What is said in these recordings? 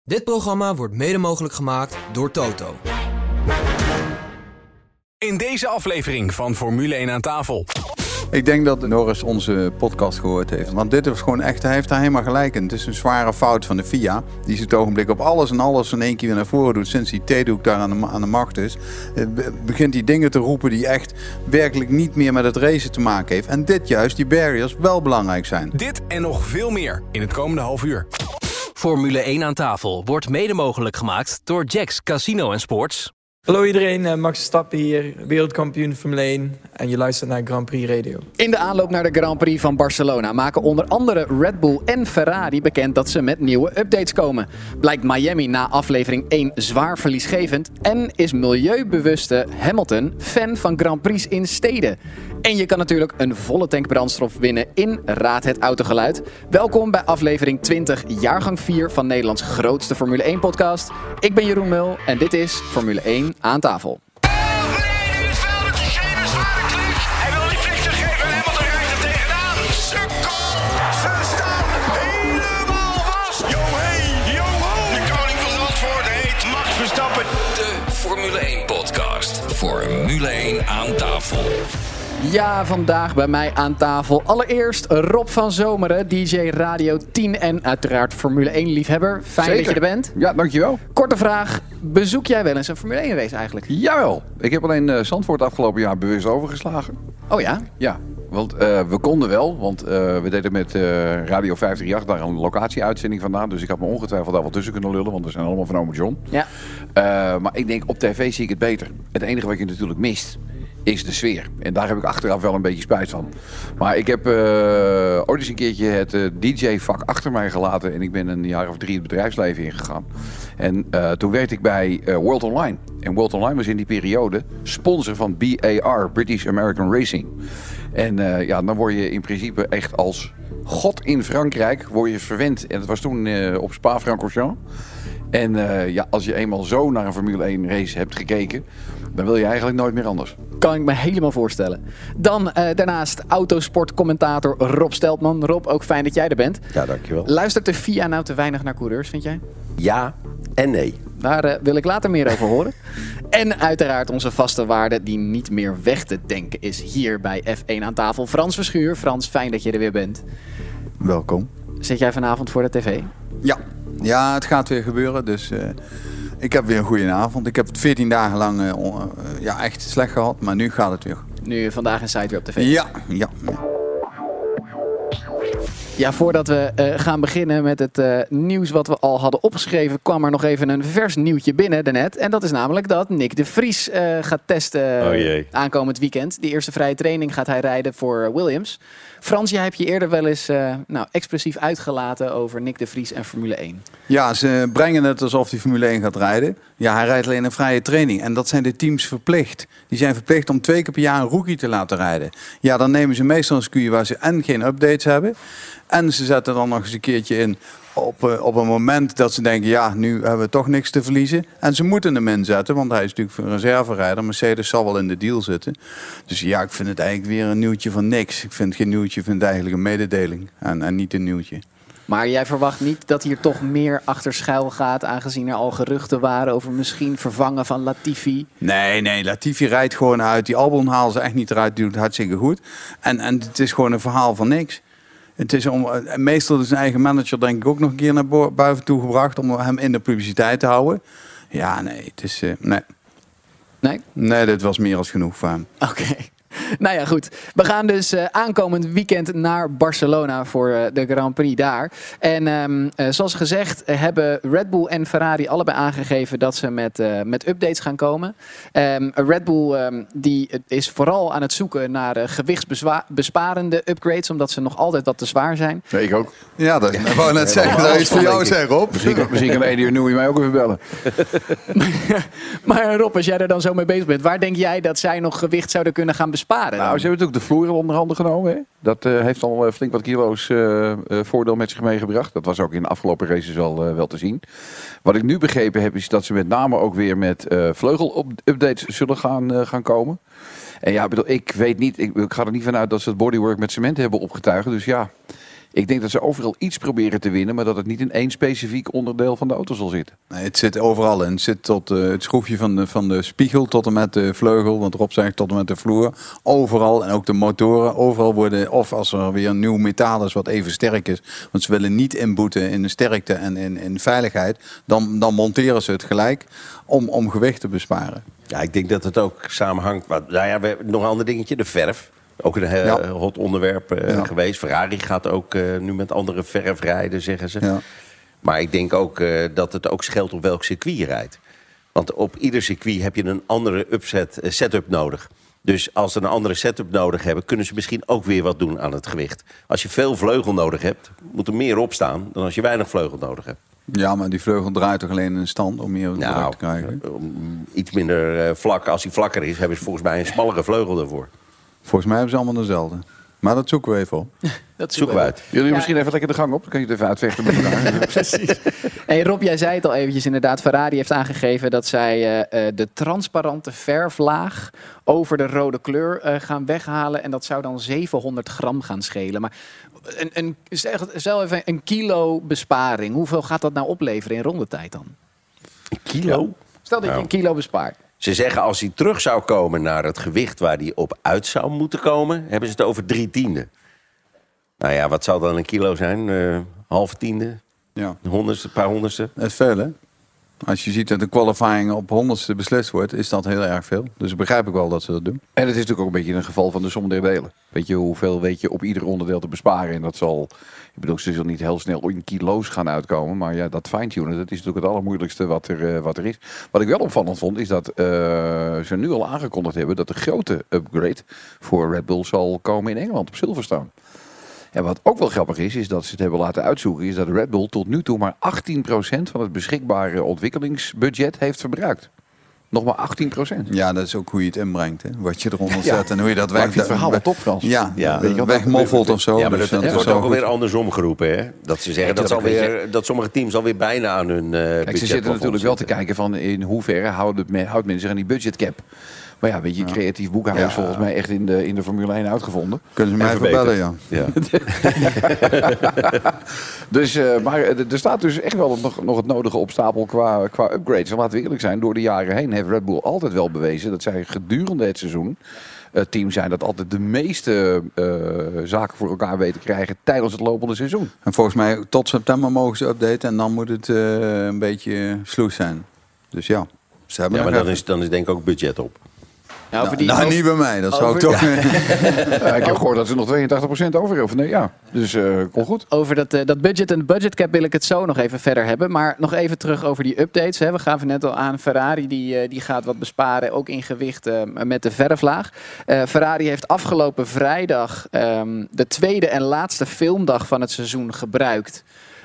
Dit programma wordt mede mogelijk gemaakt door Toto. In deze aflevering van Formule 1 aan tafel. Ik denk dat Norris onze podcast gehoord heeft. Want dit is gewoon echt, hij heeft daar helemaal gelijk in. Het is een zware fout van de FIA. Die zit ogenblik op alles en alles in één keer weer naar voren doet. Sinds die theedoek daar aan de macht is. Begint die dingen te roepen die echt werkelijk niet meer met het racen te maken heeft. En dit juist, die barriers, wel belangrijk zijn. Dit en nog veel meer in het komende half uur. Formule 1 aan tafel wordt mede mogelijk gemaakt door Jack's Casino Sports. Hallo iedereen, Max Verstappen hier, wereldkampioen Formule 1 en je luistert naar Grand Prix Radio. In de aanloop naar de Grand Prix van Barcelona maken onder andere Red Bull en Ferrari bekend dat ze met nieuwe updates komen. Blijkt Miami na aflevering 1 zwaar verliesgevend en is milieubewuste Hamilton fan van Grand Prix in steden. En je kan natuurlijk een volle tank brandstof winnen in Raad het Autogeluid. Welkom bij aflevering 20, jaargang 4 van Nederlands grootste Formule 1 podcast. Ik ben Jeroen Mul en dit is Formule 1 aan tafel. Formule 1 podcast. Formule 1 aan tafel. Ja, vandaag bij mij aan tafel allereerst Rob van Zomeren, DJ Radio 10 en uiteraard Formule 1 liefhebber. Fijn Zeker. dat je er bent. Ja, dankjewel. Korte vraag, bezoek jij wel eens een Formule 1 race eigenlijk? Jawel. Ik heb alleen Zandvoort afgelopen jaar bewust overgeslagen. Oh ja? Ja, want we konden wel, want we deden met Radio 538 daar een locatieuitzending vandaan. Dus ik had me ongetwijfeld daar wel tussen kunnen lullen, want we zijn allemaal van Ome John. Ja. Maar ik denk, op tv zie ik het beter. Het enige wat je natuurlijk mist is de sfeer. En daar heb ik achteraf wel een beetje spijt van. Maar ik heb ooit eens een keertje het DJ-vak achter mij gelaten. En ik ben een jaar of 3 het bedrijfsleven ingegaan. En toen werkte ik bij World Online. En World Online was in die periode sponsor van BAR, British American Racing. En dan word je in principe echt als god in Frankrijk word je verwend. En dat was toen op Spa-Francorchamps. En als je eenmaal zo naar een Formule 1 race hebt gekeken, dan wil je eigenlijk nooit meer anders. Kan ik me helemaal voorstellen. Dan daarnaast autosportcommentator Rob Steltman. Rob, ook fijn dat jij er bent. Ja, dankjewel. Luistert de FIA nou te weinig naar coureurs, vind jij? Ja en nee. Daar wil ik later meer over horen. En uiteraard onze vaste waarde die niet meer weg te denken is hier bij F1 aan tafel. Frans Verschuur. Frans, fijn dat je er weer bent. Welkom. Zit jij vanavond voor de tv? Ja, het gaat weer gebeuren, dus ik heb weer een goede avond. Ik heb het 14 dagen lang echt slecht gehad, maar nu gaat het weer. Nu vandaag in Site weer op tv. Ja. Ja, voordat we gaan beginnen met het nieuws wat we al hadden opgeschreven, kwam er nog even een vers nieuwtje binnen daarnet. En dat is namelijk dat Nick de Vries gaat testen aankomend weekend. De eerste vrije training gaat hij rijden voor Williams. Frans, jij hebt je eerder wel eens expressief uitgelaten over Nick de Vries en Formule 1. Ja, ze brengen het alsof hij Formule 1 gaat rijden. Ja, hij rijdt alleen een vrije training. En dat zijn de teams verplicht. Die zijn verplicht om 2 keer per jaar een rookie te laten rijden. Ja, dan nemen ze meestal een circuit waar ze en geen updates hebben. En ze zetten dan nog eens een keertje in op een moment dat ze denken, ja, nu hebben we toch niks te verliezen. En ze moeten hem inzetten, want hij is natuurlijk een reserverijder. Mercedes zal wel in de deal zitten. Dus ja, ik vind het eigenlijk weer een nieuwtje van niks. Ik vind geen nieuwtje, ik vind het eigenlijk een mededeling en niet een nieuwtje. Maar jij verwacht niet dat hier toch meer achter schuil gaat, aangezien er al geruchten waren over misschien vervangen van Latifi? Nee, Latifi rijdt gewoon uit. Die Albon halen ze echt niet eruit, die doet het hartstikke goed. En het is gewoon een verhaal van niks. Het is meestal is zijn eigen manager denk ik ook nog een keer naar buiten toe gebracht om hem in de publiciteit te houden. Ja, nee, het is... Nee? Nee, dit was meer als genoeg voor hem. Oké. Nou ja, goed. We gaan dus aankomend weekend naar Barcelona voor de Grand Prix daar. En zoals gezegd hebben Red Bull en Ferrari allebei aangegeven dat ze met updates gaan komen. Red Bull die is vooral aan het zoeken naar gewichtsbesparende upgrades, omdat ze nog altijd wat te zwaar zijn. Nee, ik ook. Ja, dat wou net zeggen. Dat is voor jou zeggen, Rob. Misschien kan Eddie Newey mij ook even bellen. Maar Rob, als jij er dan zo mee bezig bent, waar denk jij dat zij nog gewicht zouden kunnen gaan besparen? Nou, ze hebben natuurlijk de vloer onder handen genomen. Hè? Dat heeft al flink wat kilo's voordeel met zich meegebracht. Dat was ook in de afgelopen races wel te zien. Wat ik nu begrepen heb, is dat ze met name ook weer met vleugel-updates zullen gaan komen. En ja, ik weet niet, ik ga er niet vanuit dat ze het bodywork met cement hebben opgetuigd. Dus ja, Ik denk dat ze overal iets proberen te winnen, maar dat het niet in één specifiek onderdeel van de auto zal zitten. Nee, het zit overal in. Het zit tot het schroefje van de spiegel tot en met de vleugel, want Rob zegt tot en met de vloer. Overal, en ook de motoren, overal worden, of als er weer een nieuw metaal is wat even sterk is, want ze willen niet inboeten in de sterkte en in veiligheid, dan monteren ze het gelijk om gewicht te besparen. Ja, ik denk dat het ook samenhangt. Nou ja, we hebben nog een ander dingetje, de verf. Ook een heel hot onderwerp geweest. Ferrari gaat ook nu met andere verf rijden, zeggen ze. Ja. Maar ik denk ook dat het ook scheelt op welk circuit je rijdt. Want op ieder circuit heb je een andere setup nodig. Dus als ze een andere setup nodig hebben, kunnen ze misschien ook weer wat doen aan het gewicht. Als je veel vleugel nodig hebt, moet er meer op staan dan als je weinig vleugel nodig hebt. Ja, maar die vleugel draait toch alleen in een stand om meer druk te krijgen? Iets minder vlak. Als die vlakker is, hebben ze volgens mij een smallere vleugel daarvoor. Volgens mij hebben ze allemaal dezelfde. Maar dat zoeken we even op. Dat zoeken we uit. Jullie misschien even lekker de gang op? Dan kan je het even uitvechten met elkaar. Precies. Hey Rob, jij zei het al eventjes inderdaad. Ferrari heeft aangegeven dat zij de transparante verflaag over de rode kleur gaan weghalen. En dat zou dan 700 gram gaan schelen. Maar stel even een kilo besparing. Hoeveel gaat dat nou opleveren in rondetijd dan? Een kilo? Ja. Stel dat je een kilo bespaart. Ze zeggen als hij terug zou komen naar het gewicht waar hij op uit zou moeten komen, hebben ze het over 3/10. Nou ja, wat zou dan een kilo zijn? Halve tiende? Ja. Een paar honderdste? Dat is veel, hè? Als je ziet dat de qualifying op honderdste beslist wordt, is dat heel erg veel. Dus begrijp ik wel dat ze dat doen. En het is natuurlijk ook een beetje een geval van de som der delen. Weet je hoeveel weet je op ieder onderdeel te besparen? En dat zal, ik bedoel, ze zullen niet heel snel in kilo's gaan uitkomen. Maar ja, dat fine-tunen, dat is natuurlijk het allermoeilijkste wat er is. Wat ik wel opvallend vond, is dat ze nu al aangekondigd hebben dat de grote upgrade voor Red Bull zal komen in Engeland op Silverstone. En wat ook wel grappig is dat ze het hebben laten uitzoeken, is dat Red Bull tot nu toe maar 18% van het beschikbare ontwikkelingsbudget heeft verbruikt. Nog maar 18%. Ja, dat is ook hoe je het inbrengt. Hè? Wat je eronder zet en hoe je dat het verhaal wel top, Frans. Wegmoffelt of zo. Ja, maar dus dat wordt ook alweer andersom geroepen. Hè? Dat ze zeggen dat sommige teams alweer bijna aan hun budget. Ze zitten natuurlijk wel te kijken van in hoeverre houdt men zich aan die budgetcap. Maar ja, weet je, creatief boekhouden is volgens mij echt in de Formule 1 uitgevonden. Kunnen ze mij even bellen, ja. Dus, maar er staat dus echt wel nog het nodige op stapel qua upgrades. En laten we eerlijk zijn, door de jaren heen heeft Red Bull altijd wel bewezen dat zij gedurende het seizoen het team zijn dat altijd de meeste zaken voor elkaar weten te krijgen tijdens het lopende seizoen. En volgens mij tot september mogen ze updaten en dan moet het een beetje sloes zijn. Dus ja, ze hebben maar dan is denk ik ook budget op. Niet bij mij, dat zou ik toch... Ik heb gehoord dat ze nog 82% over hebben. Nee, ja, dus komt goed. Over dat budget en de budgetcap wil ik het zo nog even verder hebben. Maar nog even terug over die updates. Hè. We gaven net al aan, Ferrari die gaat wat besparen, ook in gewicht met de verflaag. Ferrari heeft afgelopen vrijdag de tweede en laatste filmdag van het seizoen gebruikt.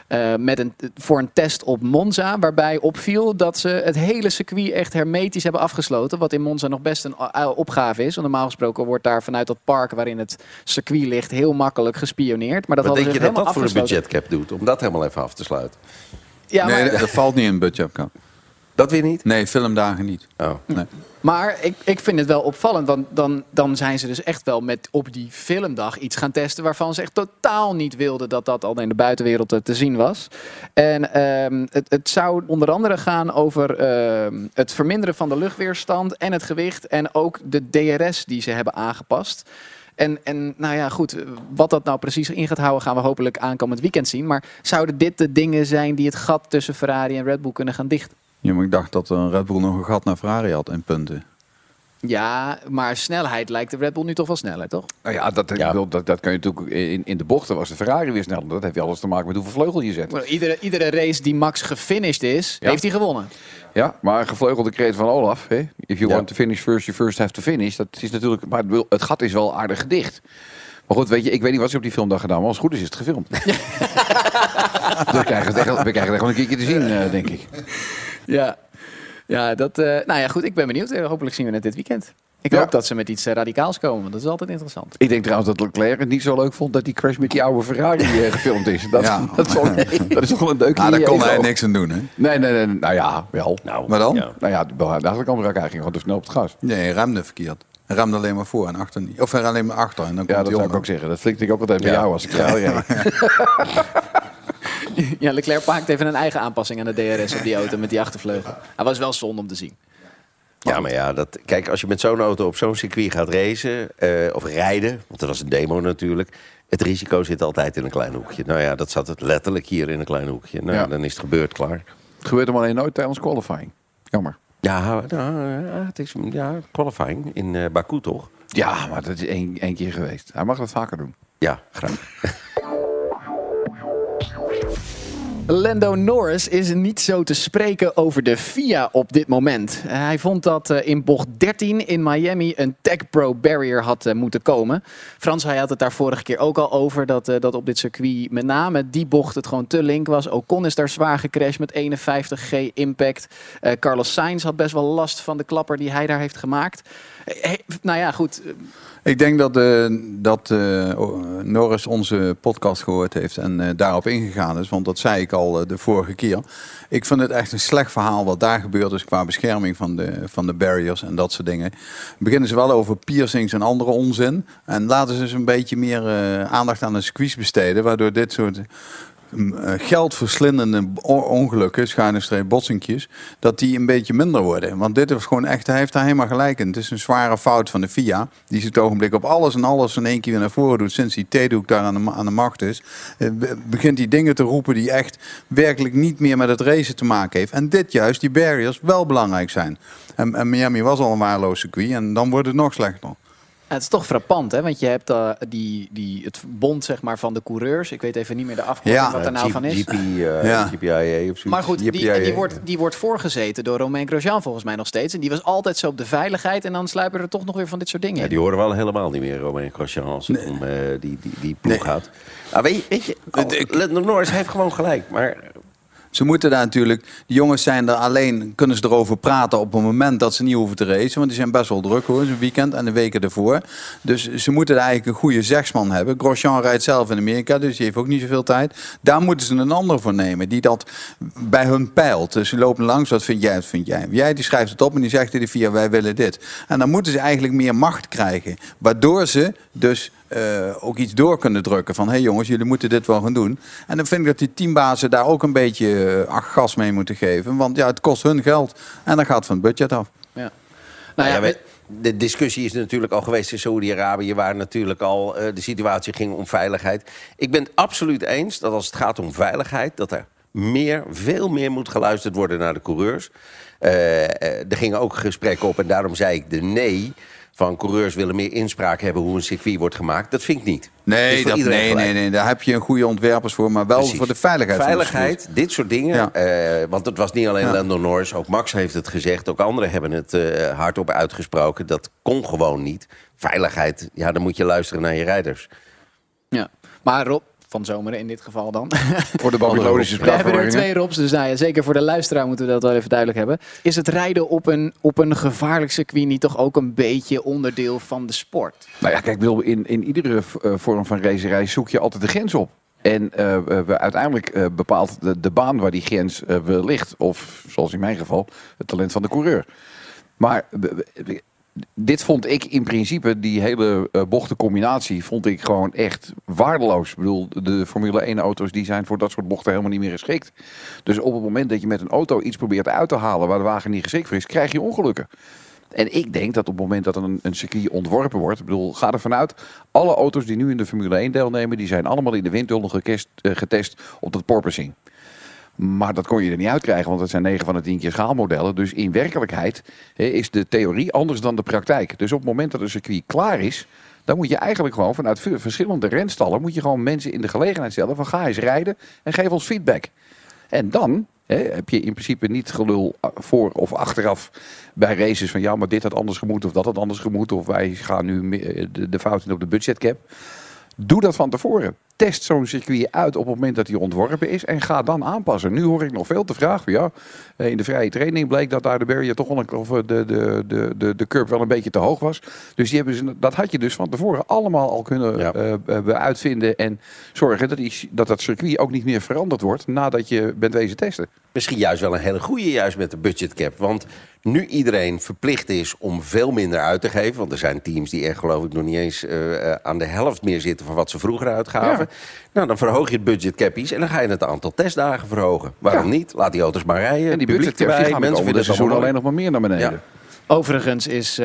Voor een test op Monza, waarbij opviel dat ze het hele circuit echt hermetisch hebben afgesloten. Wat in Monza nog best een opgave is. Want normaal gesproken wordt daar vanuit dat park waarin het circuit ligt heel makkelijk gespioneerd. Maar dat denk je dat voor een budgetcap doet? Om dat helemaal even af te sluiten? Ja, nee, dat valt niet in een budgetcap. Dat weer niet? Nee, filmdagen niet. Oh. Nee. Maar ik vind het wel opvallend, want dan zijn ze dus echt wel met op die filmdag iets gaan testen waarvan ze echt totaal niet wilden dat al in de buitenwereld te zien was. En het zou onder andere gaan over het verminderen van de luchtweerstand en het gewicht en ook de DRS die ze hebben aangepast. En nou ja, goed, wat dat nou precies in gaat houden gaan we hopelijk aankomend weekend zien. Maar zouden dit de dingen zijn die het gat tussen Ferrari en Red Bull kunnen gaan dichten? Ja, maar ik dacht dat Red Bull nog een gat naar Ferrari had in punten. Ja, maar snelheid lijkt de Red Bull nu toch wel sneller, toch? Nou ja, dat kan je natuurlijk... In de bochten was de Ferrari weer sneller. Dat heeft alles te maken met hoeveel vleugel je zet. Iedere race die Max gefinished is, heeft hij gewonnen. Ja, maar een gevleugelde kreet van Olaf. Hè? If you want to finish first, you first have to finish. Dat is natuurlijk... Maar het gat is wel aardig dicht. Maar goed, weet je, ik weet niet wat ze op die filmdag gedaan, maar als het goed is het gefilmd. We krijgen het echt wel een keertje te zien, denk ik. Ja, dat... nou ja, goed, ik ben benieuwd. Hopelijk zien we het dit weekend. Ik hoop dat ze met iets radicaals komen, want dat is altijd interessant. Ik denk trouwens dat Leclerc het niet zo leuk vond dat die crash met die oude Ferrari gefilmd is. Dat is toch wel een deukje. Daar kon hij niks aan doen, hè? Nee. Nou ja, wel. Maar dan? Ja. Nou ja, eigenlijk andere elkaar ging gewoon te snel op het gas. Nee, remde verkeerd. Remde alleen maar voor en achter niet. Of alleen maar achter. En dan komt dat zou ik ook zeggen. Dat flikte ik ook altijd bij jou als ik reed. Ja, Leclerc maakt even een eigen aanpassing aan de DRS op die auto met die achtervleugel. Hij was wel zonde om te zien. Ja, maar ja, kijk, als je met zo'n auto op zo'n circuit gaat racen of rijden, want dat was een demo natuurlijk, het risico zit altijd in een klein hoekje. Nou ja, dat zat het letterlijk hier in een klein hoekje. Nou, ja. Dan is het gebeurd, klaar. Het gebeurt hem alleen nooit tijdens qualifying. Jammer. Ja, het is qualifying in Baku, toch? Ja, maar dat is één keer geweest. Hij mag dat vaker doen. Ja, graag. Lando Norris is niet zo te spreken over de FIA op dit moment. Hij vond dat in bocht 13 in Miami een Tech Pro barrier had moeten komen. Frans, hij had het daar vorige keer ook al over dat op dit circuit met name die bocht het gewoon te link was. Ocon is daar zwaar gecrashed met 51G impact. Carlos Sainz had best wel last van de klapper die hij daar heeft gemaakt. Nou ja, goed. Ik denk dat Norris onze podcast gehoord heeft en daarop ingegaan is. Want dat zei ik al de vorige keer. Ik vind het echt een slecht verhaal wat daar gebeurd is qua bescherming van de barriers en dat soort dingen. Beginnen ze wel over piercings en andere onzin. En laten ze eens een beetje meer aandacht aan de circuits besteden. Waardoor dit soort geldverslindende ongelukken, schuine botsingjes, dat die een beetje minder worden. Want dit is gewoon echt, hij heeft daar helemaal gelijk in. Het is een zware fout van de FIA, die het ogenblik op alles en alles in één keer weer naar voren doet. Sinds die theedoek daar aan de macht is, begint die dingen te roepen die echt werkelijk niet meer met het racen te maken heeft. En dit juist, die barriers, wel belangrijk zijn. En Miami was al een waardeloos circuit en dan wordt het nog slechter. Het is toch frappant, hè? Want je hebt het bond zeg maar, van de coureurs. Ik weet even niet meer de afkorting wat er nou van is. GPIA of zoiets. Maar goed, die wordt voorgezeten door Romain Grosjean volgens mij nog steeds. En die was altijd zo op de veiligheid. En dan sluipen er toch nog weer van dit soort dingen in. Die horen wel helemaal niet meer, Romain Grosjean, als het om die ploeg gaat. Weet je, Lando Norris heeft gewoon gelijk. Maar ze moeten daar natuurlijk, de jongens zijn er alleen, kunnen ze erover praten op het moment dat ze niet hoeven te racen. Want die zijn best wel druk hoor, zo'n weekend en de weken ervoor. Dus ze moeten er eigenlijk een goede zegsman hebben. Grosjean rijdt zelf in Amerika, dus die heeft ook niet zoveel tijd. Daar moeten ze een ander voor nemen, die dat bij hun peilt. Dus ze lopen langs, wat vind jij, wat vind jij? Jij die schrijft het op en die zegt tegen de VIA, wij willen dit. En dan moeten ze eigenlijk meer macht krijgen. Waardoor ze dus ook iets door kunnen drukken van hé jongens, jullie moeten dit wel gaan doen. En dan vind ik dat die teambazen daar ook een beetje gas mee moeten geven. Want ja, het kost hun geld en dan gaat van het budget af. Ja. De discussie is natuurlijk al geweest in Saoedi-Arabië, waar natuurlijk al de situatie ging om veiligheid. Ik ben het absoluut eens dat als het gaat om veiligheid, dat er veel meer moet geluisterd worden naar de coureurs. Er gingen ook gesprekken op en daarom zei ik de nee. Van coureurs willen meer inspraak hebben hoe een circuit wordt gemaakt. Dat vind ik niet. Nee, daar heb je een goede ontwerpers voor, maar wel voor de veiligheid. Veiligheid, dit soort dingen. Ja. Want het was niet alleen Lando Norris, ook Max heeft het gezegd. Ook anderen hebben het hardop uitgesproken. Dat kon gewoon niet. Veiligheid, ja, dan moet je luisteren naar je rijders. Ja, maar Rob van Zomeren in dit geval dan. Voor de Babylonische spraakverwarringen. We hebben er 2 Robs, dus nou ja, zeker voor de luisteraar moeten we dat wel even duidelijk hebben. Is het rijden op een gevaarlijk circuit niet toch ook een beetje onderdeel van de sport? Nou ja, kijk, in iedere vorm van racerij zoek je altijd de grens op. En uiteindelijk bepaalt de baan waar die grens ligt. Of, zoals in mijn geval, het talent van de coureur. Maar dit vond ik in principe, die hele bochtencombinatie, vond ik gewoon echt waardeloos. Ik bedoel, de Formule 1 auto's die zijn voor dat soort bochten helemaal niet meer geschikt. Dus op het moment dat je met een auto iets probeert uit te halen waar de wagen niet geschikt voor is, krijg je ongelukken. En ik denk dat op het moment dat een circuit ontworpen wordt, ik bedoel, ga er vanuit, alle auto's die nu in de Formule 1 deelnemen, die zijn allemaal in de windtunnel getest op dat porpoising. Maar dat kon je er niet uitkrijgen, want het zijn 9 van de 10 keer schaalmodellen. Dus in werkelijkheid is de theorie anders dan de praktijk. Dus op het moment dat een circuit klaar is, dan moet je eigenlijk gewoon vanuit verschillende renstallen, moet je gewoon mensen in de gelegenheid stellen van ga eens rijden en geef ons feedback. En dan heb je in principe niet gelul voor of achteraf bij races van ja, maar dit had anders gemoet of dat had anders gemoet. Of wij gaan nu de fout in op de budgetcap. Doe dat van tevoren. Test zo'n circuit uit op het moment dat hij ontworpen is en ga dan aanpassen. Nu hoor ik nog veel te vragen van ja, in de vrije training bleek dat daar de barrier toch wel de curb wel een beetje te hoog was. Dus dat had je dus van tevoren allemaal al kunnen uitvinden en zorgen dat dat circuit ook niet meer veranderd wordt nadat je bent wezen testen. Misschien juist wel een hele goede, juist met de budgetcap. Want nu iedereen verplicht is om veel minder uit te geven. Want er zijn teams die echt, geloof ik, nog niet eens aan de helft meer zitten van wat ze vroeger uitgaven. Ja. Nou, dan verhoog je het budgetcapies en dan ga je het aantal testdagen verhogen. Waarom niet? Laat die auto's maar rijden. En die budgetcaps gaan mensen vinden het seizoen alleen nog maar meer naar beneden. Ja. Overigens is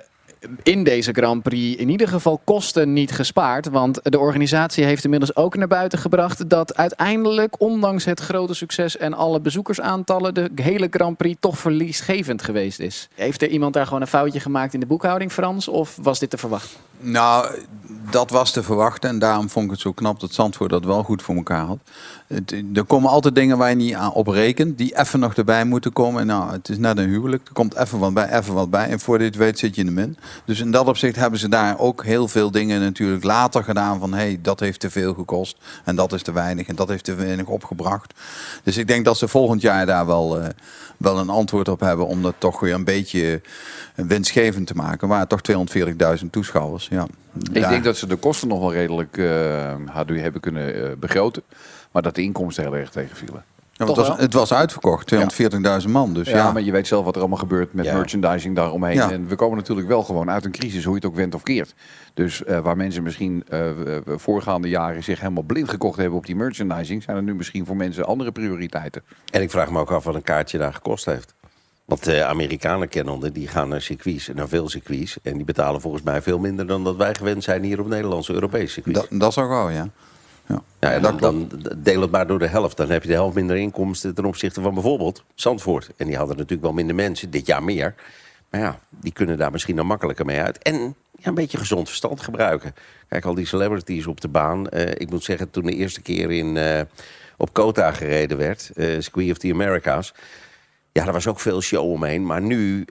in deze Grand Prix in ieder geval kosten niet gespaard. Want de organisatie heeft inmiddels ook naar buiten gebracht dat uiteindelijk, ondanks het grote succes en alle bezoekersaantallen, de hele Grand Prix toch verliesgevend geweest is. Heeft er iemand daar gewoon een foutje gemaakt in de boekhouding, Frans? Of was dit te verwachten? Nou, dat was te verwachten. En daarom vond ik het zo knap dat Zandvoort dat wel goed voor elkaar had. Er komen altijd dingen waar je niet op rekent, die even nog erbij moeten komen. Nou, het is net een huwelijk. Er komt even wat bij. En voor dit weet zit je in de min. Dus in dat opzicht hebben ze daar ook heel veel dingen natuurlijk later gedaan van dat heeft te veel gekost. En dat is te weinig. En dat heeft te weinig opgebracht. Dus ik denk dat ze volgend jaar daar wel een antwoord op hebben om dat toch weer een beetje winstgevend te maken. Waar toch 240.000 toeschouwers. Ja. Ik denk dat ze de kosten nog wel redelijk hebben kunnen begroten. Maar dat de inkomsten heel erg tegenvielen. Ja, het was uitverkocht, 240.000 man. Dus ja, maar je weet zelf wat er allemaal gebeurt met merchandising daaromheen. Ja. En we komen natuurlijk wel gewoon uit een crisis, hoe je het ook went of keert. Dus waar mensen misschien voorgaande jaren zich helemaal blind gekocht hebben op die merchandising, zijn er nu misschien voor mensen andere prioriteiten. En ik vraag me ook af wat een kaartje daar gekost heeft. Want Amerikanen kennende, die gaan naar circuits, naar veel circuits. En die betalen volgens mij veel minder dan dat wij gewend zijn hier op Nederlandse Europese circuits. Dat is ook wel, ja. Ja, en dan deel het maar door de helft. Dan heb je de helft minder inkomsten ten opzichte van bijvoorbeeld Zandvoort. En die hadden natuurlijk wel minder mensen, dit jaar meer. Maar ja, die kunnen daar misschien dan makkelijker mee uit. En een beetje gezond verstand gebruiken. Kijk, al die celebrities op de baan. Ik moet zeggen, toen de eerste keer op COTA gereden werd, Circuit of the Americas. Ja, er was ook veel show omheen. Maar nu,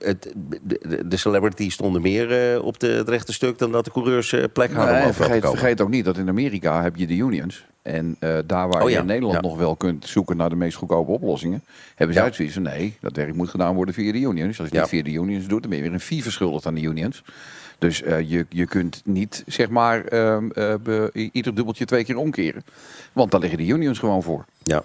de celebrities stonden meer op het rechte stuk dan dat de coureurs plek hadden om over te komen. Vergeet ook niet dat in Amerika heb je de unions. En daar waar je in Nederland nog wel kunt zoeken naar de meest goedkope oplossingen, hebben ze zoiets van nee, dat werk moet gedaan worden via de unions. Als je het niet via de unions doet, dan ben je weer een fee verschuldigd aan de unions. Dus je kunt niet, zeg maar, ieder dubbeltje 2 keer omkeren. Want daar liggen de unions gewoon voor. Ja.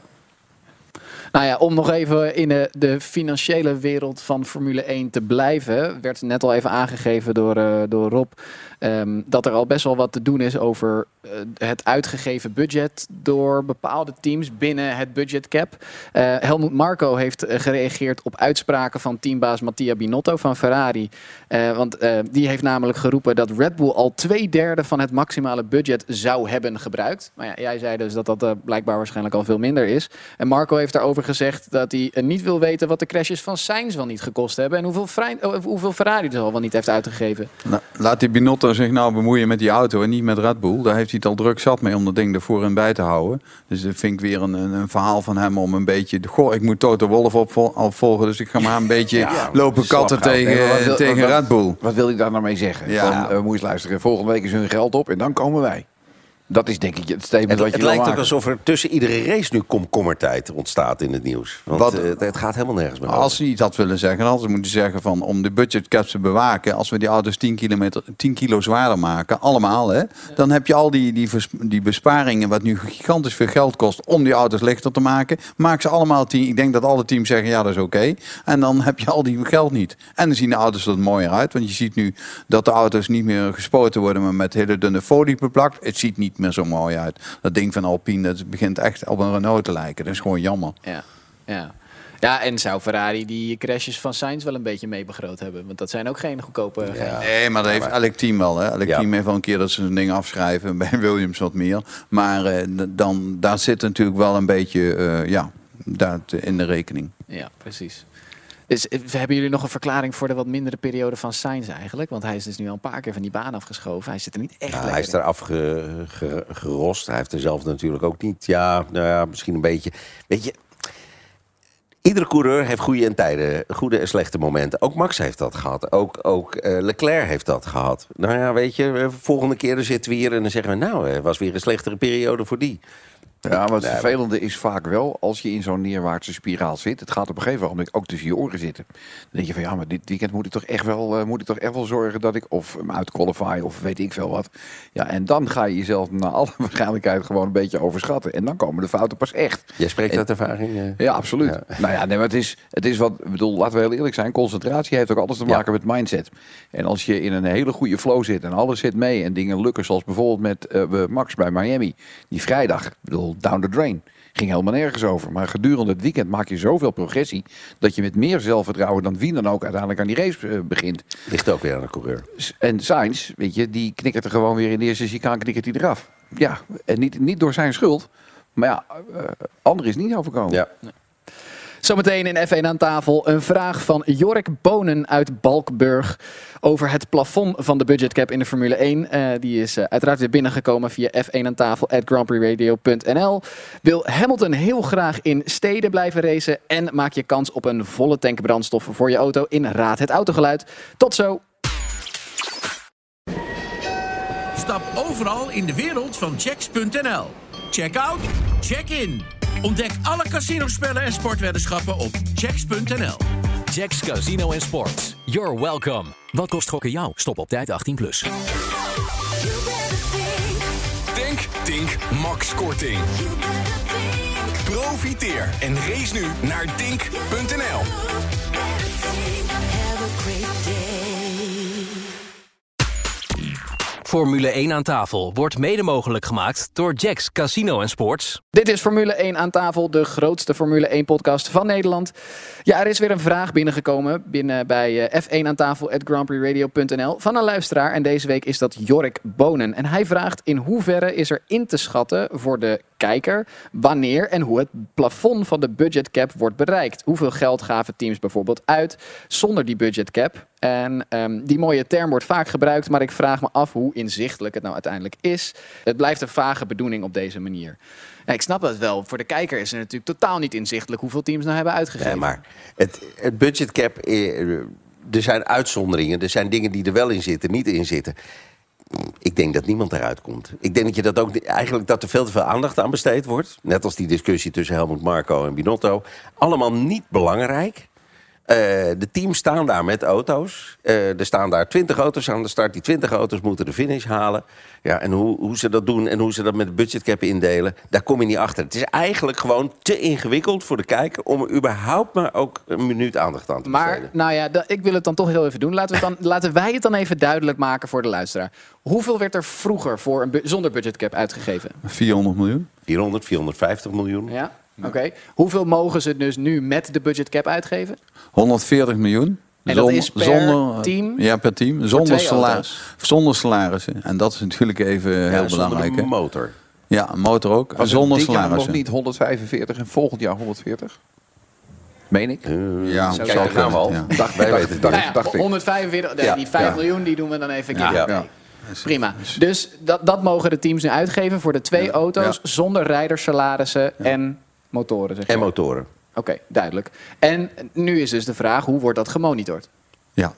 Nou ja, om nog even in de financiële wereld van Formule 1 te blijven, werd net al even aangegeven door Rob, dat er al best wel wat te doen is over het uitgegeven budget door bepaalde teams binnen het budgetcap. Helmut Marko heeft gereageerd op uitspraken van teambaas Mattia Binotto van Ferrari. Want die heeft namelijk geroepen dat Red Bull al 2/3 van het maximale budget zou hebben gebruikt. Maar ja, jij zei dus dat blijkbaar waarschijnlijk al veel minder is. En Marko heeft daarover gezegd dat hij niet wil weten wat de crashes van Sainz wel niet gekost hebben en hoeveel Ferrari er al wel niet heeft uitgegeven. Nou, laat die Binotto zich nou bemoeien met die auto en niet met Red Bull. Daar heeft hij het al druk zat mee om dat ding ervoor en bij te houden. Dus dat vind ik weer een verhaal van hem om een beetje, ik moet Toto Wolff opvolgen, dus ik ga maar een beetje lopen katten tegen Red Bull. Wat wil ik daar nou mee zeggen? Ja. Moet je eens luisteren, volgende week is hun geld op en dan komen wij. Dat is denk ik het statement wat je Het lijkt ook alsof er tussen iedere race nu komkommertijd ontstaat in het nieuws. Want het gaat helemaal nergens meer over. Als ze iets had willen zeggen, dan hadden ze moeten zeggen van om de budgetcaps te bewaken, als we die auto's 10 kilo zwaarder maken, allemaal, hè, dan heb je al die besparingen, wat nu gigantisch veel geld kost om die auto's lichter te maken. Maak ze allemaal 10. Ik denk dat alle teams zeggen, ja, dat is oké. En dan heb je al die geld niet. En dan zien de auto's er mooier uit, want je ziet nu dat de auto's niet meer gespoten worden, maar met hele dunne folie beplakt. Het ziet niet meer zo mooi uit. Dat ding van Alpine, dat begint echt op een Renault te lijken. Dat is gewoon jammer. Ja, en zou Ferrari die crashes van Sainz wel een beetje mee begroot hebben? Want dat zijn ook geen goedkope... Nee, maar dat heeft elk team wel. Hè. Elk team heeft wel een keer dat ze een ding afschrijven. Bij Williams wat meer. Maar daar zit natuurlijk wel een beetje in de rekening. Ja, precies. Dus hebben jullie nog een verklaring voor de wat mindere periode van Sainz eigenlijk? Want hij is dus nu al een paar keer van die baan afgeschoven. Hij zit er niet echt lekker Hij is er afgerost. Hij heeft er zelf natuurlijk ook niet. Misschien een beetje. Weet je, iedere coureur heeft goede en tijden, goede en slechte momenten. Ook Max heeft dat gehad. Ook Leclerc heeft dat gehad. Nou ja, weet je, volgende keer zitten we hier en dan zeggen we, het was weer een slechtere periode voor die. Ja, maar het vervelende is vaak wel, als je in zo'n neerwaartse spiraal zit, het gaat op een gegeven moment ook tussen je oren zitten. Dan denk je van, ja, maar dit weekend moet ik toch echt wel zorgen dat ik of hem uitqualify of weet ik veel wat. Ja, en dan ga je jezelf naar alle waarschijnheid gewoon een beetje overschatten. En dan komen de fouten pas echt. Jij spreekt uit ervaring? Ja, absoluut. Ja. Nou ja, nee, maar het is wat, ik bedoel, laten we heel eerlijk zijn, concentratie heeft ook alles te maken met mindset. En als je in een hele goede flow zit en alles zit mee en dingen lukken, zoals bijvoorbeeld met Max bij Miami, die vrijdag, ik bedoel, down the drain. Ging helemaal nergens over. Maar gedurende het weekend maak je zoveel progressie dat je met meer zelfvertrouwen dan wie dan ook uiteindelijk aan die race begint. Ligt ook weer aan de coureur. En Sainz, weet je, die knikkert er gewoon weer in de eerste chicane, knikkert hij eraf. Ja, en niet door zijn schuld. Maar ja, anderen is niet overkomen. Ja. Zometeen in F1 aan tafel een vraag van Jork Bonen uit Balkburg over het plafond van de budgetcap in de Formule 1. Die is uiteraard weer binnengekomen via F1 aan tafel @grandprixradio.nl. Wil Hamilton heel graag in steden blijven racen en maak je kans op een volle tank brandstof voor je auto in Raad het Autogeluid. Tot zo! Stap overal in de wereld van checks.nl. Check out, check in. Ontdek alle casinospellen en sportweddenschappen op checks.nl. Jacks Casino en Sport. You're welcome. Wat kost gokken jou? Stop op tijd 18+. Dink Max Korting. Profiteer en race nu naar dink.nl. Formule 1 aan tafel wordt mede mogelijk gemaakt door Jacks Casino en Sports. Dit is Formule 1 aan tafel, de grootste Formule 1 podcast van Nederland. Ja, er is weer een vraag binnen bij F1 aan tafel @grandprixradio.nl van een luisteraar. En deze week is dat Jork Bonen. En hij vraagt in hoeverre is er in te schatten voor de kijker wanneer en hoe het plafond van de budgetcap wordt bereikt. Hoeveel geld gaven teams bijvoorbeeld uit zonder die budgetcap? En die mooie term wordt vaak gebruikt, maar ik vraag me af hoe inzichtelijk het nou uiteindelijk is. Het blijft een vage bedoeling op deze manier. Ja, ik snap dat wel. Voor de kijker is het natuurlijk totaal niet inzichtelijk hoeveel teams nou hebben uitgegeven. Nee, maar het budgetcap, er zijn uitzonderingen. Er zijn dingen die er wel in zitten, niet in zitten. Ik denk dat niemand eruit komt. Ik denk dat je dat ook eigenlijk dat er veel te veel aandacht aan besteed wordt. Net als die discussie tussen Helmut Marko en Binotto. Allemaal niet belangrijk. De teams staan daar met auto's. Er staan daar 20 auto's aan de start. Die 20 auto's moeten de finish halen. Ja, en hoe ze dat doen en hoe ze dat met de budgetcap indelen, daar kom je niet achter. Het is eigenlijk gewoon te ingewikkeld voor de kijker om er überhaupt maar ook een minuut aandacht aan te besteden. Maar nou ja, ik wil het dan toch heel even doen. Laten wij het dan even duidelijk maken voor de luisteraar. Hoeveel werd er vroeger voor zonder budgetcap uitgegeven? 400 miljoen. 450 miljoen. Ja. Oké. Hoeveel mogen ze dus nu met de budgetcap uitgeven? 140 miljoen. En dat is per team? Ja, per team. Zonder salarissen. En dat is natuurlijk even heel belangrijk. Een motor. Ja, een motor ook. Zonder salarissen. Nog niet 145 en volgend jaar 140? Meen ik? Ja, kijk, daar gaan we al. Ja. Dacht ik. 145, die 5 miljoen die doen we dan even. Ja. Prima. Dus dat mogen de teams nu uitgeven voor de 2 auto's zonder rijderssalarissen en motoren. Zeg maar. En motoren. Oké, duidelijk. En nu is dus de vraag, hoe wordt dat gemonitord? Ja,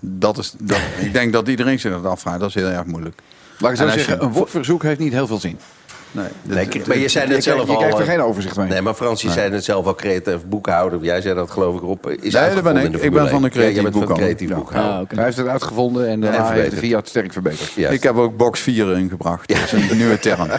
ik denk dat iedereen zich dat afvraagt. Dat is heel erg moeilijk. Laat ik zo zeggen, een WOP-verzoek heeft niet heel veel zin. Nee, maar je zei het zelf al. Je krijgt er geen overzicht mee. Nee, maar Frans, je zei het zelf al, creatief boekhouder. Jij zei dat geloof ik op. Dat ben ik. Ik ben van de creatief boekhouder. Hij heeft het uitgevonden en daarna heeft de Fiat het sterk verbeterd. Yes. Ik heb ook box 4 ingebracht. Dat is een nieuwe term.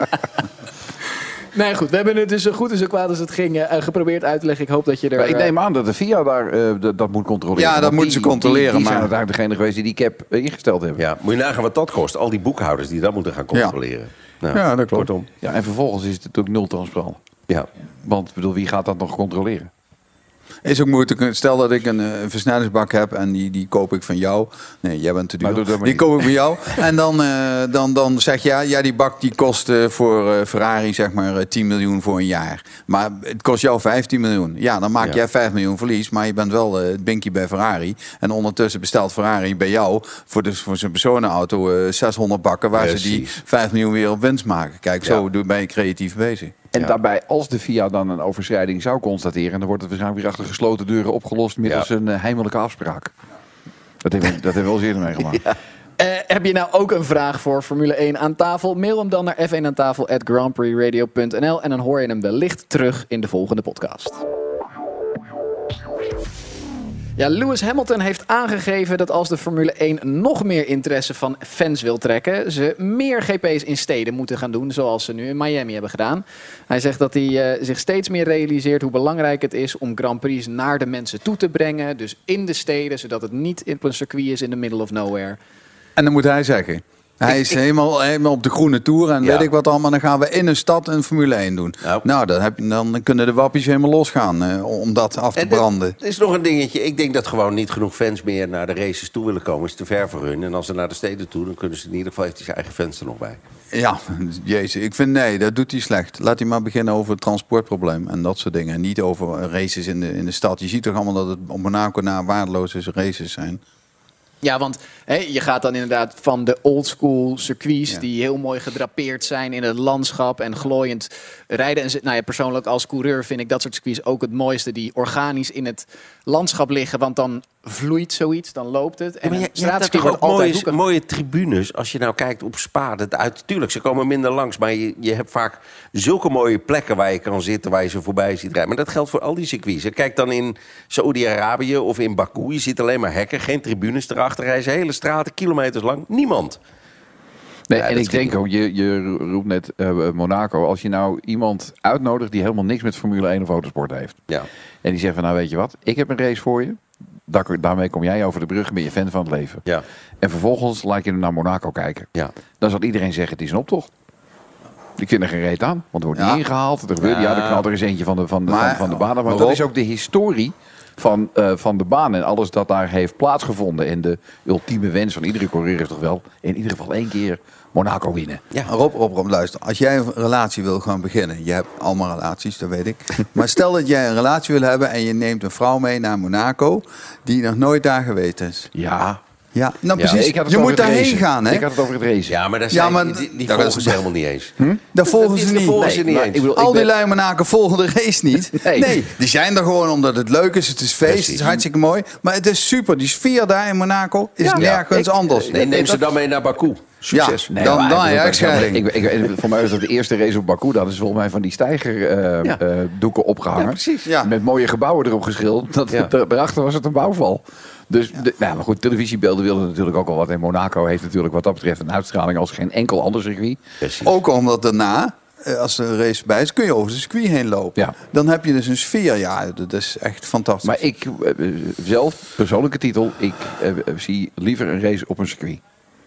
Nee, goed. We hebben het dus zo goed en zo kwaad als het ging geprobeerd uit te leggen. Ik hoop dat je er... Maar ik neem aan dat de FIA daar dat moet controleren. Ja, dat moeten ze controleren. Die zijn uiteindelijk degene geweest die cap ingesteld hebben. Ja, moet je nagaan wat dat kost. Al die boekhouders die dat moeten gaan controleren. Ja, dat klopt. Ja, en vervolgens is het natuurlijk nul transparant. Ja. Want bedoel, wie gaat dat nog controleren? Is ook moeilijk. Stel dat ik een versnellingsbak heb en die koop ik van jou. Nee, jij bent te duur. Die koop ik van jou. En dan zeg je, ja, die bak die kost voor Ferrari zeg maar 10 miljoen voor een jaar. Maar het kost jou 15 miljoen. Ja, dan maak jij 5 miljoen verlies. Maar je bent wel het binkie bij Ferrari. En ondertussen bestelt Ferrari bij jou voor zijn personenauto 600 bakken. Waar ze die 5 miljoen weer op winst maken. Kijk, zo ben je creatief bezig. En daarbij, als de FIA dan een overschrijding zou constateren, dan wordt het waarschijnlijk weer achter gesloten deuren opgelost middels een heimelijke afspraak. Dat hebben we wel eens eerder meegemaakt. Heb je nou ook een vraag voor Formule 1 aan tafel? Mail hem dan naar f1aantafel@grandprixradio.nl en dan hoor je hem wellicht terug in de volgende podcast. Ja, Lewis Hamilton heeft aangegeven dat als de Formule 1 nog meer interesse van fans wil trekken, ze meer GP's in steden moeten gaan doen, zoals ze nu in Miami hebben gedaan. Hij zegt dat hij zich steeds meer realiseert hoe belangrijk het is om Grand Prix naar de mensen toe te brengen. Dus in de steden, zodat het niet op een circuit is in the middle of nowhere. En dan moet hij zeggen. Hij is helemaal op de groene toer en weet ik wat allemaal. Dan gaan we in een stad een Formule 1 doen. Nou, dan kunnen de wappies helemaal losgaan om dat af te branden. Het is nog een dingetje. Ik denk dat gewoon niet genoeg fans meer naar de races toe willen komen. Is te ver voor hun. En als ze naar de steden toe, dan kunnen ze in ieder geval heeft hij zijn eigen fans er nog bij. Ja, jezus. Ik vind nee, dat doet hij slecht. Laat hij maar beginnen over het transportprobleem en dat soort dingen. En niet over races in de stad. Je ziet toch allemaal dat het op Monaco na waardeloze races zijn. Ja, want je gaat dan inderdaad van de oldschool circuits die heel mooi gedrapeerd zijn in het landschap en glooiend rijden. En persoonlijk als coureur vind ik dat soort circuits ook het mooiste, die organisch in het landschap liggen, want dan vloeit zoiets, dan loopt het. En je hebt toch ook mooie tribunes. Als je nou kijkt op Spa, tuurlijk, ze komen minder langs, maar je hebt vaak zulke mooie plekken waar je kan zitten, waar je ze voorbij ziet rijden. Maar dat geldt voor al die circuits. Kijk dan in Saoedi-Arabië of in Baku, je ziet alleen maar hekken, geen tribunes erachter. Rijden hele straten, kilometers lang, niemand. Nee, en ik denk ook, je roept net Monaco. Als je nou iemand uitnodigt die helemaal niks met Formule 1 of autosport heeft. Ja. En die zegt van, nou weet je wat, ik heb een race voor je. Daarmee kom jij over de brug en ben je fan van het leven. Ja. En vervolgens laat je hem naar Monaco kijken. Ja. Dan zal iedereen zeggen, het is een optocht. Ik vind er geen reet aan, want er wordt niet ingehaald. Er gebeurt, er knalt er eens eentje van de baan. Maar dat is ook de historie van de baan en alles dat daar heeft plaatsgevonden. En de ultieme wens van iedere coureur is toch wel in ieder geval 1 keer Monaco winnen. Ja. Rob, luister. Als jij een relatie wil gaan beginnen, je hebt allemaal relaties, dat weet ik. Maar stel dat jij een relatie wil hebben en je neemt een vrouw mee naar Monaco die nog nooit daar geweest is. Ja. Ja, nou precies. Je moet daarheen gaan, hè? Ik had het over het racen. Ja, maar die volgen ze helemaal niet eens. Dat volgen ze niet. eens. Al die lui Monaco volgen de race niet. Nee, die zijn er gewoon omdat het leuk is. Het is feest, het is hartzieke mooi. Maar het is super. Die sfeer daar in Monaco is nergens anders. Neem ze dan mee naar Baku. Succes. Ja, dan voor mij was dat de eerste race op Baku. Dat is volgens mij van die stijgerdoeken opgehangen. Ja, precies. Ja. Met mooie gebouwen erop geschilderd. Daarachter was het een bouwval. Dus, maar goed, televisiebeelden wilden natuurlijk ook al wat. En Monaco heeft natuurlijk wat dat betreft een uitstraling als geen enkel ander circuit. Precies. Ook omdat daarna, als de race bij is, kun je over de circuit heen lopen. Ja. Dan heb je dus een sfeer. Ja, dat is echt fantastisch. Maar ik zelf, persoonlijke titel, ik zie liever een race op een circuit.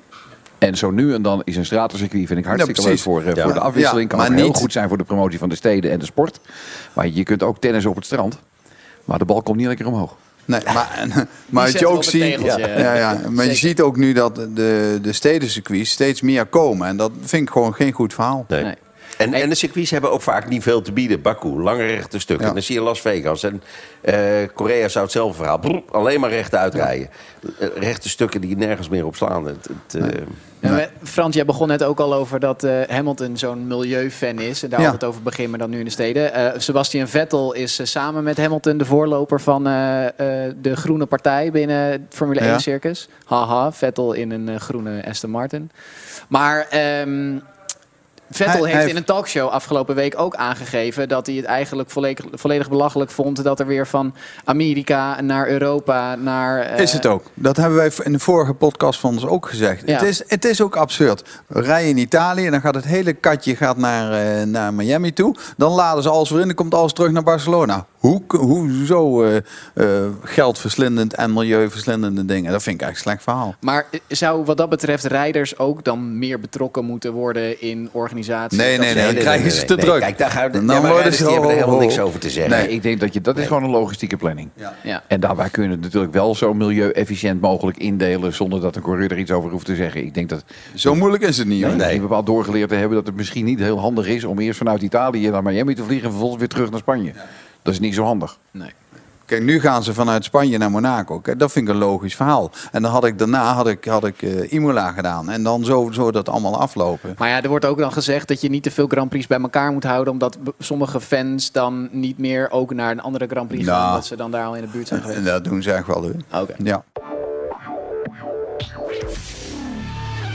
En zo nu en dan is een stratencircuit, vind ik hartstikke leuk voor de afwisseling. Kan ook heel goed zijn voor de promotie van de steden en de sport. Maar je kunt ook tennis op het strand. Maar de bal komt niet lekker omhoog. Nee, maar je ook ziet, maar je ziet ook nu dat de stedencircuits steeds meer komen. En dat vind ik gewoon geen goed verhaal. Nee. En de circuits hebben ook vaak niet veel te bieden. Baku, lange rechte stukken. Ja. Dan zie je Las Vegas. En Korea zou hetzelfde verhaal. Alleen maar rechtuit rijden. Rechte stukken die nergens meer op slaan. Frans, jij begon net ook al over dat Hamilton zo'n milieufan is. En daar had het over begin, maar dan nu in de steden. Sebastian Vettel is samen met Hamilton de voorloper van de groene partij binnen het Formule 1 circus. Haha, Vettel in een groene Aston Martin. Maar Vettel heeft in een talkshow afgelopen week ook aangegeven dat hij het eigenlijk volledig belachelijk vond dat er weer van Amerika naar Europa naar... Is het ook. Dat hebben wij in de vorige podcast van ons ook gezegd. Ja. Het is ook absurd. We rijden in Italië en dan gaat het hele katje naar Miami toe. Dan laden ze alles weer in en dan komt alles terug naar Barcelona. Hoezo geldverslindend en milieuverslindende dingen? Dat vind ik eigenlijk een slecht verhaal. Maar zou wat dat betreft rijders ook dan meer betrokken moeten worden in organisaties? Nee, dan krijgen ze te druk. Kijk, daar hebben helemaal niks over te zeggen. Nee, ik denk dat is gewoon een logistieke planning. Ja. En daarbij kun je het natuurlijk wel zo milieu-efficiënt mogelijk indelen zonder dat een coureur er iets over hoeft te zeggen. Ik denk dat zo moeilijk is het niet. Nee, bepaald doorgeleerd te hebben dat het misschien niet heel handig is om eerst vanuit Italië naar Miami te vliegen en vervolgens weer terug naar Spanje. Ja. Dat is niet zo handig. Nee. Kijk, nu gaan ze vanuit Spanje naar Monaco. Kijk, dat vind ik een logisch verhaal. En dan had ik Imola gedaan. En dan zo dat allemaal aflopen. Maar ja, er wordt ook dan gezegd dat je niet te veel Grand Prix bij elkaar moet houden. Omdat sommige fans dan niet meer ook naar een andere Grand Prix gaan. Omdat ze dan daar al in de buurt zijn geweest. Dat doen ze echt wel. Oké. Ja.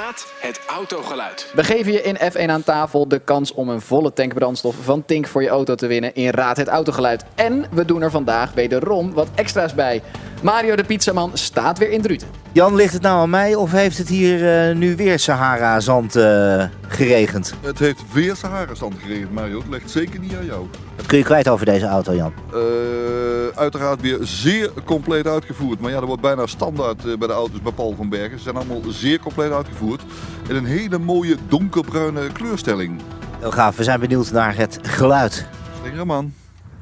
Raad het autogeluid. We geven je in F1 aan tafel de kans om een volle tank brandstof van Tink voor je auto te winnen in Raad het autogeluid. En we doen er vandaag wederom wat extra's bij. Mario de Pizzaman staat weer in Druten. Jan, ligt het nou aan mij of heeft het hier nu weer Sahara-zand geregend? Het heeft weer Sahara-zand geregend, Mario. Het ligt zeker niet aan jou. Wat kun je kwijt over deze auto, Jan? Uiteraard weer zeer compleet uitgevoerd. Maar ja, dat wordt bijna standaard bij de auto's bij Paul van Bergen. Ze zijn allemaal zeer compleet uitgevoerd. In een hele mooie donkerbruine kleurstelling. Heel gaaf, we zijn benieuwd naar het geluid. Sling hem aan.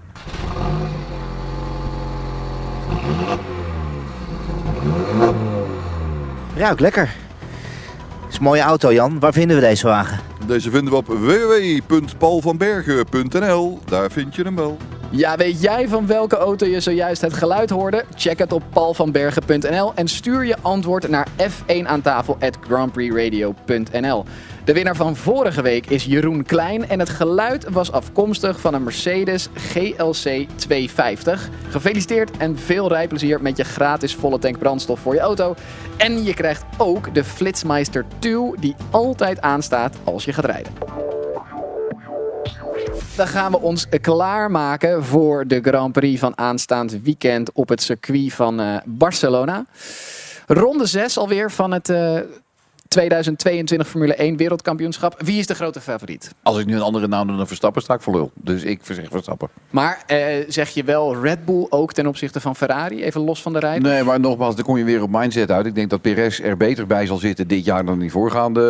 Ruikt lekker. Is een mooie auto, Jan. Waar vinden we deze wagen? Deze vinden we op www.paulvanbergen.nl. Daar vind je hem wel. Ja, weet jij van welke auto je zojuist het geluid hoorde? Check het op paulvanbergen.nl en stuur je antwoord naar f1aantafel@grandprixradio.nl. De winnaar van vorige week is Jeroen Klein en het geluid was afkomstig van een Mercedes GLC 250. Gefeliciteerd en veel rijplezier met je gratis volle tank brandstof voor je auto. En je krijgt ook de Flitsmeister 2 die altijd aanstaat als je gaat rijden. Dan gaan we ons klaarmaken voor de Grand Prix van aanstaand weekend op het circuit van Barcelona. Ronde 6 alweer van het 2022 Formule 1 wereldkampioenschap. Wie is de grote favoriet? Als ik nu een andere naam doe dan Verstappen, sta ik voor lul. Dus ik zeg Verstappen. Maar zeg je wel Red Bull ook ten opzichte van Ferrari? Even los van de rijders? Nee, maar nogmaals, daar kom je weer op mindset uit. Ik denk dat Perez er beter bij zal zitten dit jaar dan in die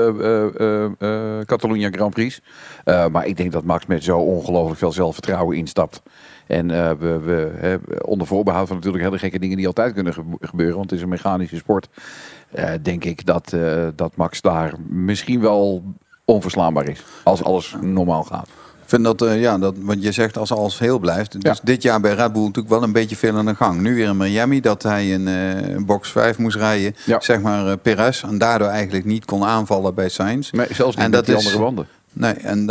voorgaande Catalunya Grand Prix. Maar ik denk dat Max met zo ongelooflijk veel zelfvertrouwen instapt. En we onder voorbehoud van natuurlijk hele gekke dingen die altijd kunnen gebeuren. Want het is een mechanische sport. Denk ik dat Max daar misschien wel onverslaanbaar is. Als alles normaal gaat. Ik vind dat, wat je zegt, als alles heel blijft. Dus dit jaar bij Red Bull natuurlijk wel een beetje veel aan de gang. Nu weer in Miami, dat hij in box 5 moest rijden. Ja. Zeg maar Perez. En daardoor eigenlijk niet kon aanvallen bij Sainz. Nee, zelfs niet met die andere banden. Nee, en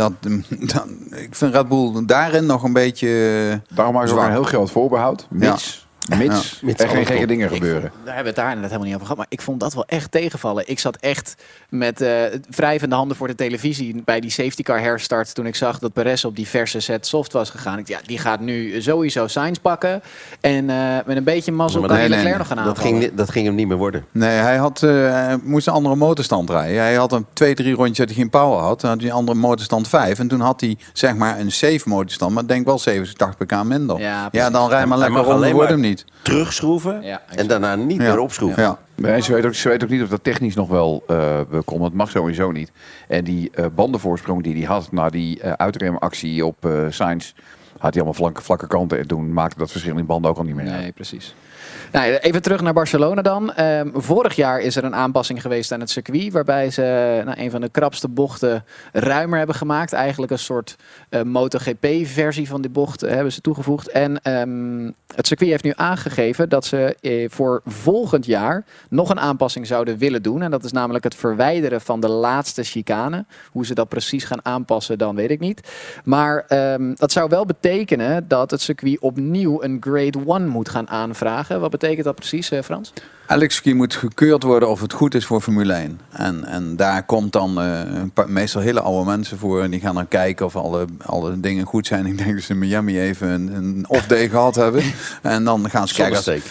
ik vind Red Bull daarin nog een beetje daarom maken ze ook een heel groot voorbehoud. Mits er geen gekke dingen gebeuren. Daar hebben we het daar inderdaad helemaal niet over gehad. Maar ik vond dat wel echt tegenvallen. Ik zat echt met wrijvende handen voor de televisie bij die safety car herstart. Toen ik zag dat Perez op die verse set soft was gegaan. Die gaat nu sowieso Sainz pakken. En met een beetje mazzel kan Leclerc nog gaan aanvallen. Dat ging hem niet meer worden. Nee, hij moest een andere motorstand rijden. Hij had een 2-3 rondjes dat hij geen power had. Dan had hij een andere motorstand 5. En toen had hij zeg maar een safe motorstand. Maar denk wel 70, 80 pk minder. Ja, dan rij maar lekker rond, wordt hem niet. Terugschroeven en daarna niet meer opschroeven. Ja. Nee, ze weet ook niet of dat technisch nog wel komt. Dat mag sowieso niet. En die bandenvoorsprong die hij had na die uitremactie op Sainz, had hij allemaal vlakke kanten. En toen maakte dat verschil in banden ook al niet meer uit. Nee, precies. Nou, even terug naar Barcelona dan. Vorig jaar is er een aanpassing geweest aan het circuit, waarbij ze een van de krapste bochten ruimer hebben gemaakt. Eigenlijk een soort MotoGP-versie van die bocht hebben ze toegevoegd. En het circuit heeft nu aangegeven dat ze voor volgend jaar nog een aanpassing zouden willen doen. En dat is namelijk het verwijderen van de laatste chicane. Hoe ze dat precies gaan aanpassen, dan weet ik niet. Maar dat zou wel betekenen dat het circuit opnieuw een Grade 1 moet gaan aanvragen. Wat betekent dat precies, Frans? Elk circuit moet gekeurd worden of het goed is voor Formule 1. En daar komt dan meestal hele oude mensen voor. En die gaan dan kijken of alle dingen goed zijn. Ik denk dat ze in Miami even een off-day gehad hebben. En dan gaan ze kijken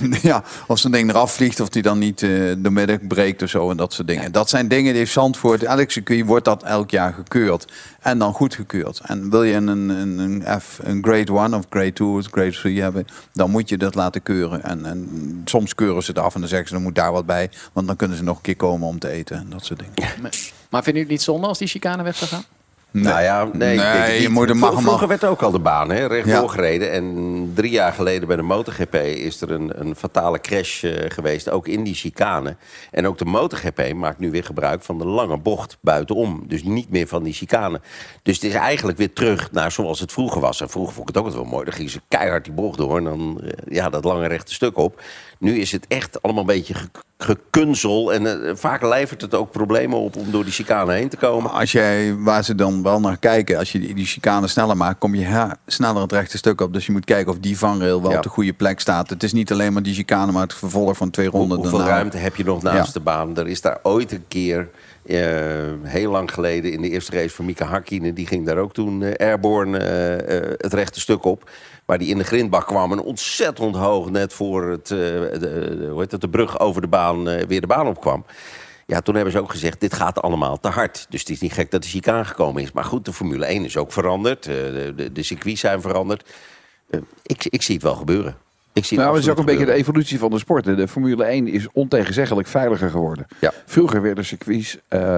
of zo'n ding eraf vliegt. Of die dan niet de middag breekt of zo. En dat soort dingen. Ja. Dat zijn dingen die Zandvoort, elk circuit wordt dat elk jaar gekeurd. En dan goed gekeurd. En wil je een grade 1 of grade 2 of grade 3 hebben, dan moet je dat laten keuren. En soms keuren ze het af en dan zeggen ze, er moet daar wat bij. Want dan kunnen ze nog een keer komen om te eten en dat soort dingen. Maar vinden jullie het niet zonde als die chicane weg zou gaan? Nee. Nou ja, nee je moet hem vroeger werd ook al de baan rechtdoor gereden. En 3 jaar geleden bij de MotoGP is er een fatale crash geweest. Ook in die chicane. En ook de MotoGP maakt nu weer gebruik van de lange bocht buitenom. Dus niet meer van die chicane. Dus het is eigenlijk weer terug naar zoals het vroeger was. En vroeger vond ik het ook wel mooi. Dan gingen ze keihard die bocht door. En dan dat lange rechte stuk op. Nu is het echt allemaal een beetje gekunzel. En vaak levert het ook problemen op om door die chicane heen te komen. Waar ze dan wel naar kijken, als je die chicane sneller maakt, kom je sneller het rechte stuk op. Dus je moet kijken of die vangrail wel op de goede plek staat. Het is niet alleen maar die chicane, maar het vervolg van 2 ronden. Hoeveel ruimte heb je nog naast de baan? Er is daar ooit een keer, heel lang geleden, in de eerste race van Mika Häkkinen, die ging daar ook toen airborne het rechte stuk op. Waar die in de grindbak kwam en ontzettend hoog net voor de brug over de baan weer de baan opkwam. Ja, toen hebben ze ook gezegd, dit gaat allemaal te hard. Dus het is niet gek dat de chicane gekomen is. Maar goed, de Formule 1 is ook veranderd. De circuits zijn veranderd. Ik zie het wel gebeuren. Het is ook een beetje de evolutie van de sport. De Formule 1 is ontegenzeggelijk veiliger geworden. Ja. Vroeger werden circuits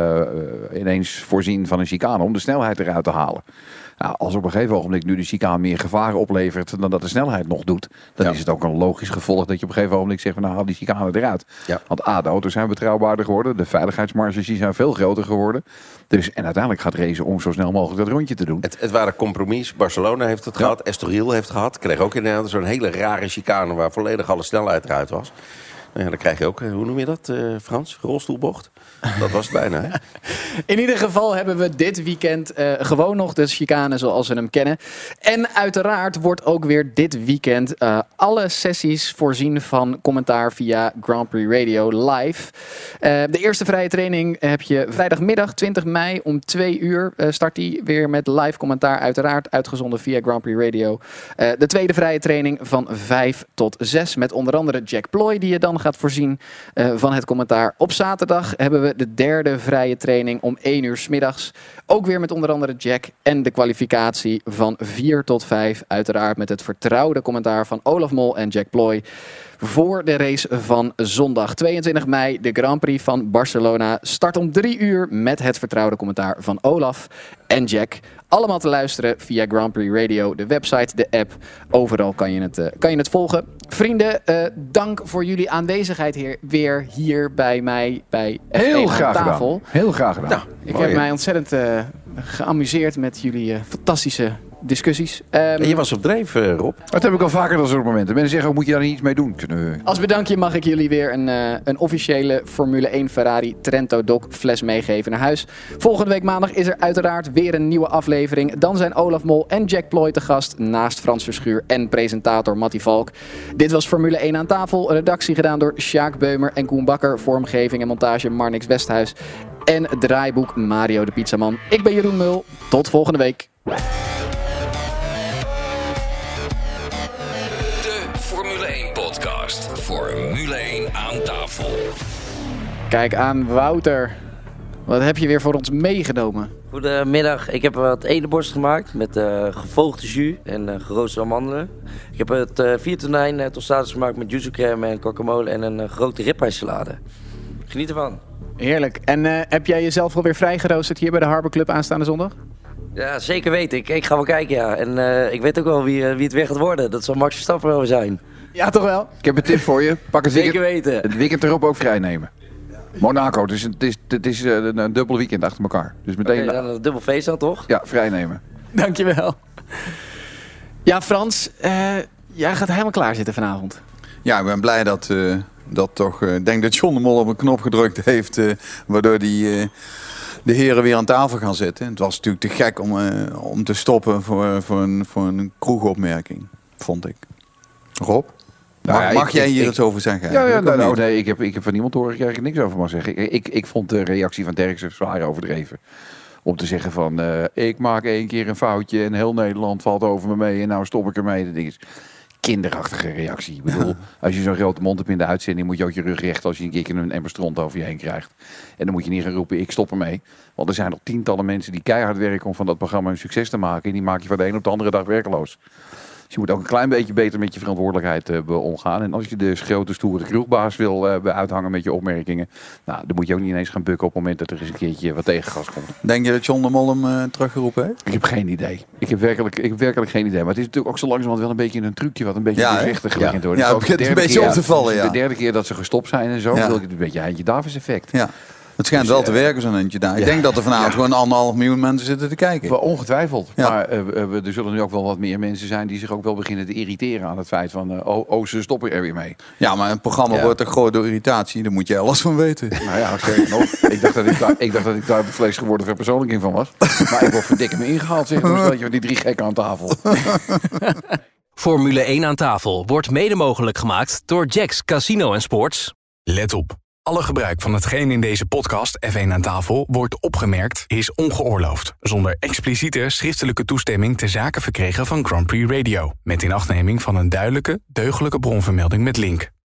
ineens voorzien van een chicane om de snelheid eruit te halen. Nou, als op een gegeven ogenblik nu de chicane meer gevaar oplevert dan dat de snelheid nog doet, dan is het ook een logisch gevolg dat je op een gegeven ogenblik zegt van nou haal die chicane eruit. Ja. Want de auto's zijn betrouwbaarder geworden, de veiligheidsmarges zijn veel groter geworden. Dus, en uiteindelijk gaat racen om zo snel mogelijk dat rondje te doen. Het waren compromis. Barcelona heeft het gehad, Estoril heeft het gehad. Kreeg ook inderdaad zo'n hele rare chicane waar volledig alle snelheid eruit was. Nou ja, dan krijg je ook, hoe noem je dat, Frans? Rolstoelbocht? Dat was het bijna, hè? In ieder geval hebben we dit weekend gewoon nog de chicane zoals we hem kennen. En uiteraard wordt ook weer dit weekend alle sessies voorzien van commentaar via Grand Prix Radio live. De eerste vrije training heb je vrijdagmiddag 20 mei om 2 uur. Start die weer met live commentaar, uiteraard uitgezonden via Grand Prix Radio. De tweede vrije training van 5 tot 6 met onder andere Jack Ploy die je dan gaat voorzien van het commentaar. Op zaterdag hebben we de derde vrije training om 1 uur 's middags. Ook weer met onder andere Jack en de kwalificatie van 4 tot 5. Uiteraard met het vertrouwde commentaar van Olaf Mol en Jack Ploy. Voor de race van zondag 22 mei, de Grand Prix van Barcelona. Start om 3 uur met het vertrouwde commentaar van Olaf en Jack. Allemaal te luisteren via Grand Prix Radio, de website, de app. Overal kan je het volgen. Vrienden, dank voor jullie aanwezigheid weer hier bij mij bij Heel F1 graag aan tafel. Gedaan. Heel graag gedaan. Nou, ik heb mij ontzettend geamuseerd met jullie fantastische discussies. En je was op dreef, Rob. Dat heb ik al vaker dat soort momenten. Mensen zeggen, moet je daar niet iets mee doen? Als bedankje mag ik jullie weer een officiële Formule 1 Ferrari Trento Doc fles meegeven naar huis. Volgende week maandag is er uiteraard weer een nieuwe aflevering. Dan zijn Olaf Mol en Jack Ploy te gast naast Frans Verschuur en presentator Mattie Valk. Dit was Formule 1 aan tafel. Redactie gedaan door Sjaak Beumer en Koen Bakker. Vormgeving en montage Marnix Westhuis. En draaiboek Mario de Pizzaman. Ik ben Jeroen Mul. Tot volgende week. Formule 1 aan tafel. Kijk aan, Wouter. Wat heb je weer voor ons meegenomen? Goedemiddag. Ik heb wat edenborst gemaakt met gevoogde jus en geroosterde amandelen. Ik heb het viertonijn tostades gemaakt met yuzu crème en guacamole en een grote ribeye-salade. Geniet ervan. Heerlijk. En heb jij jezelf alweer vrijgeroosterd hier bij de Harbor Club aanstaande zondag? Ja, zeker weten. Ik ga wel kijken, ja. En ik weet ook wel wie het weer gaat worden. Dat zal Max Verstappen wel zijn. Ja, toch wel? Ik heb een tip voor je. Pak het zeker weten. Het weekend erop ook vrij nemen. Monaco, het is een dubbele weekend achter elkaar. Dus meteen. Dan een dubbel feest dan, toch? Ja, vrij nemen. Dankjewel. Ja, Frans, jij gaat helemaal klaar zitten vanavond. Ja, ik ben blij dat toch... Ik denk dat John de Mol op een knop gedrukt heeft, waardoor de heren weer aan tafel gaan zitten. Het was natuurlijk te gek om te stoppen voor een kroegopmerking, vond ik. Rob? Mag jij hier iets over zeggen? Nee, ik heb van niemand horen gekregen niks over mag zeggen. Ik vond de reactie van Derksen zwaar overdreven. Om te zeggen van, ik maak 1 keer een foutje en heel Nederland valt over me mee en nou stop ik ermee. Dat ding is kinderachtige reactie. Ik bedoel, als je zo'n grote mond hebt in de uitzending, moet je ook je rug rechten als je een keer een emmer stront over je heen krijgt. En dan moet je niet gaan roepen, ik stop ermee. Want er zijn nog tientallen mensen die keihard werken om van dat programma een succes te maken. En die maak je van de een op de andere dag werkeloos. Dus je moet ook een klein beetje beter met je verantwoordelijkheid omgaan. En als je de grote stoere kroegbaas wil uithangen met je opmerkingen, nou, dan moet je ook niet ineens gaan bukken op het moment dat er eens een keertje wat tegengas komt. Denk je dat John de Mol hem teruggeroepen heeft? Ik heb geen idee. Ik heb werkelijk geen idee. Maar het is natuurlijk ook zo langzamerhand wel een beetje een trucje wat een beetje doorzichtig begint te worden. Ja, het begint een beetje op te vallen. Ja. De derde keer dat ze gestopt zijn en zo, wil ik het een beetje Heintje Davids effect. Ja. Het schijnt wel te werken zo'n eentje daar. Ik denk dat er vanavond gewoon 1,5 miljoen mensen zitten te kijken. Wel ongetwijfeld. Ja. Maar er zullen nu ook wel wat meer mensen zijn die zich ook wel beginnen te irriteren aan het feit van... ze stoppen er weer mee. Ja, maar een programma wordt er gegooid door irritatie. Daar moet je alles van weten. Nou ja, zeker nog. Ik dacht dat ik daar vlees geworden verpersoonlijk in van was. Maar ik word verdikke me ingehaald. Zeg, dan stel je die 3 gekken aan tafel. Formule 1 aan tafel wordt mede mogelijk gemaakt door Jack's Casino en Sports. Let op. Alle gebruik van hetgeen in deze podcast F1 aan tafel wordt opgemerkt is ongeoorloofd. Zonder expliciete schriftelijke toestemming ter zake verkregen van Grand Prix Radio. Met inachtneming van een duidelijke, deugdelijke bronvermelding met link.